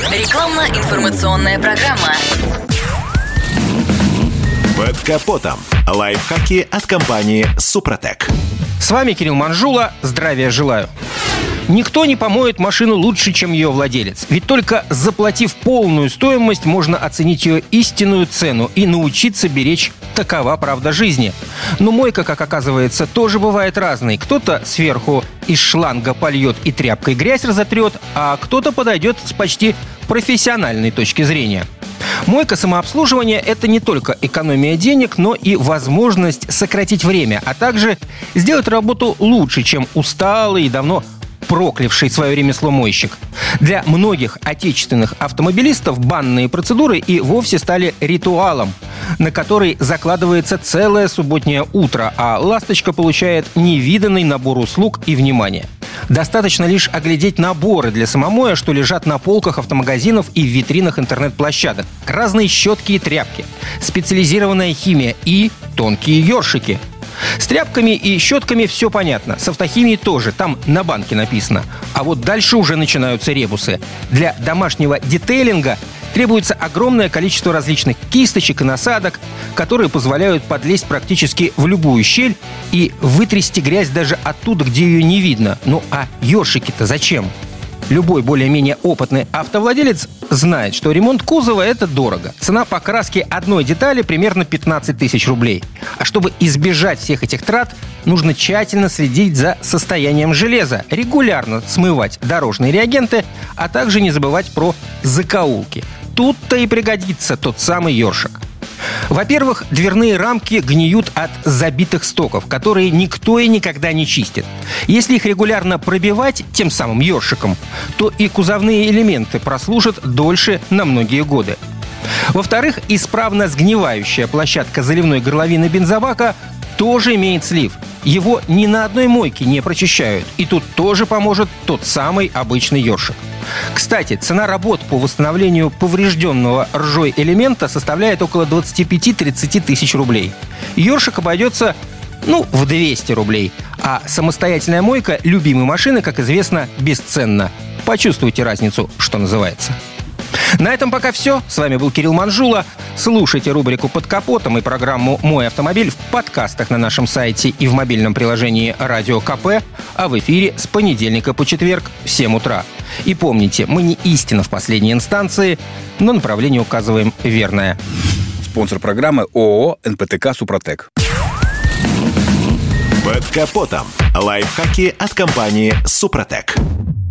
Рекламно-информационная программа. Под капотом. Лайфхаки от компании «Супротек». С вами Кирилл Манжула. Здравия желаю. Никто не помоет машину лучше, чем ее владелец. Ведь только заплатив полную стоимость, можно оценить ее истинную цену и научиться беречь. Такова правда жизни. Но мойка, как оказывается, тоже бывает разной. Кто-то сверху из шланга польет и тряпкой грязь разотрет, а кто-то подойдет с почти профессиональной точки зрения. Мойка самообслуживания – это не только экономия денег, но и возможность сократить время, а также сделать работу лучше, чем усталый и давно проклявший свое ремесло мойщик. Для многих отечественных автомобилистов банные процедуры и вовсе стали ритуалом, на который закладывается целое субботнее утро, а «Ласточка» получает невиданный набор услуг и внимания. Достаточно лишь оглядеть наборы для самомоя, что лежат на полках автомагазинов и в витринах интернет-площадок. Разные щетки и тряпки, специализированная химия и тонкие ёршики. С тряпками и щетками все понятно. С автохимией тоже, там на банке написано. А вот дальше уже начинаются ребусы. Для домашнего детейлинга требуется огромное количество различных кисточек и насадок, которые позволяют подлезть практически в любую щель и вытрясти грязь даже оттуда, где ее не видно. Ну а ёршики-то зачем? Любой более-менее опытный автовладелец знает, что ремонт кузова – это дорого. Цена покраски одной детали примерно 15 тысяч рублей. А чтобы избежать всех этих трат, нужно тщательно следить за состоянием железа, регулярно смывать дорожные реагенты, а также не забывать про закоулки. Тут-то и пригодится тот самый ёршик. Во-первых, дверные рамки гниют от забитых стоков, которые никто и никогда не чистит. Если их регулярно пробивать тем самым ёршиком, то и кузовные элементы прослужат дольше на многие годы. Во-вторых, исправно сгнивающая площадка заливной горловины бензобака тоже имеет слив. Его ни на одной мойке не прочищают. И тут тоже поможет тот самый обычный ёршик. Кстати, цена работ по восстановлению поврежденного ржой элемента составляет около 25-30 тысяч рублей. Ёршик обойдется, в 200 рублей. А самостоятельная мойка любимой машины, как известно, бесценна. Почувствуйте разницу, что называется. На этом пока все. С вами был Кирилл Манжула. Слушайте рубрику «Под капотом» и программу «Мой автомобиль» в подкастах на нашем сайте и в мобильном приложении «Радио КП», а в эфире с понедельника по четверг в 7 утра. И помните, мы не истина в последней инстанции, но направление указываем верное. Спонсор программы ООО «НПТК Супротек». Под капотом. Лайфхаки от компании «Супротек».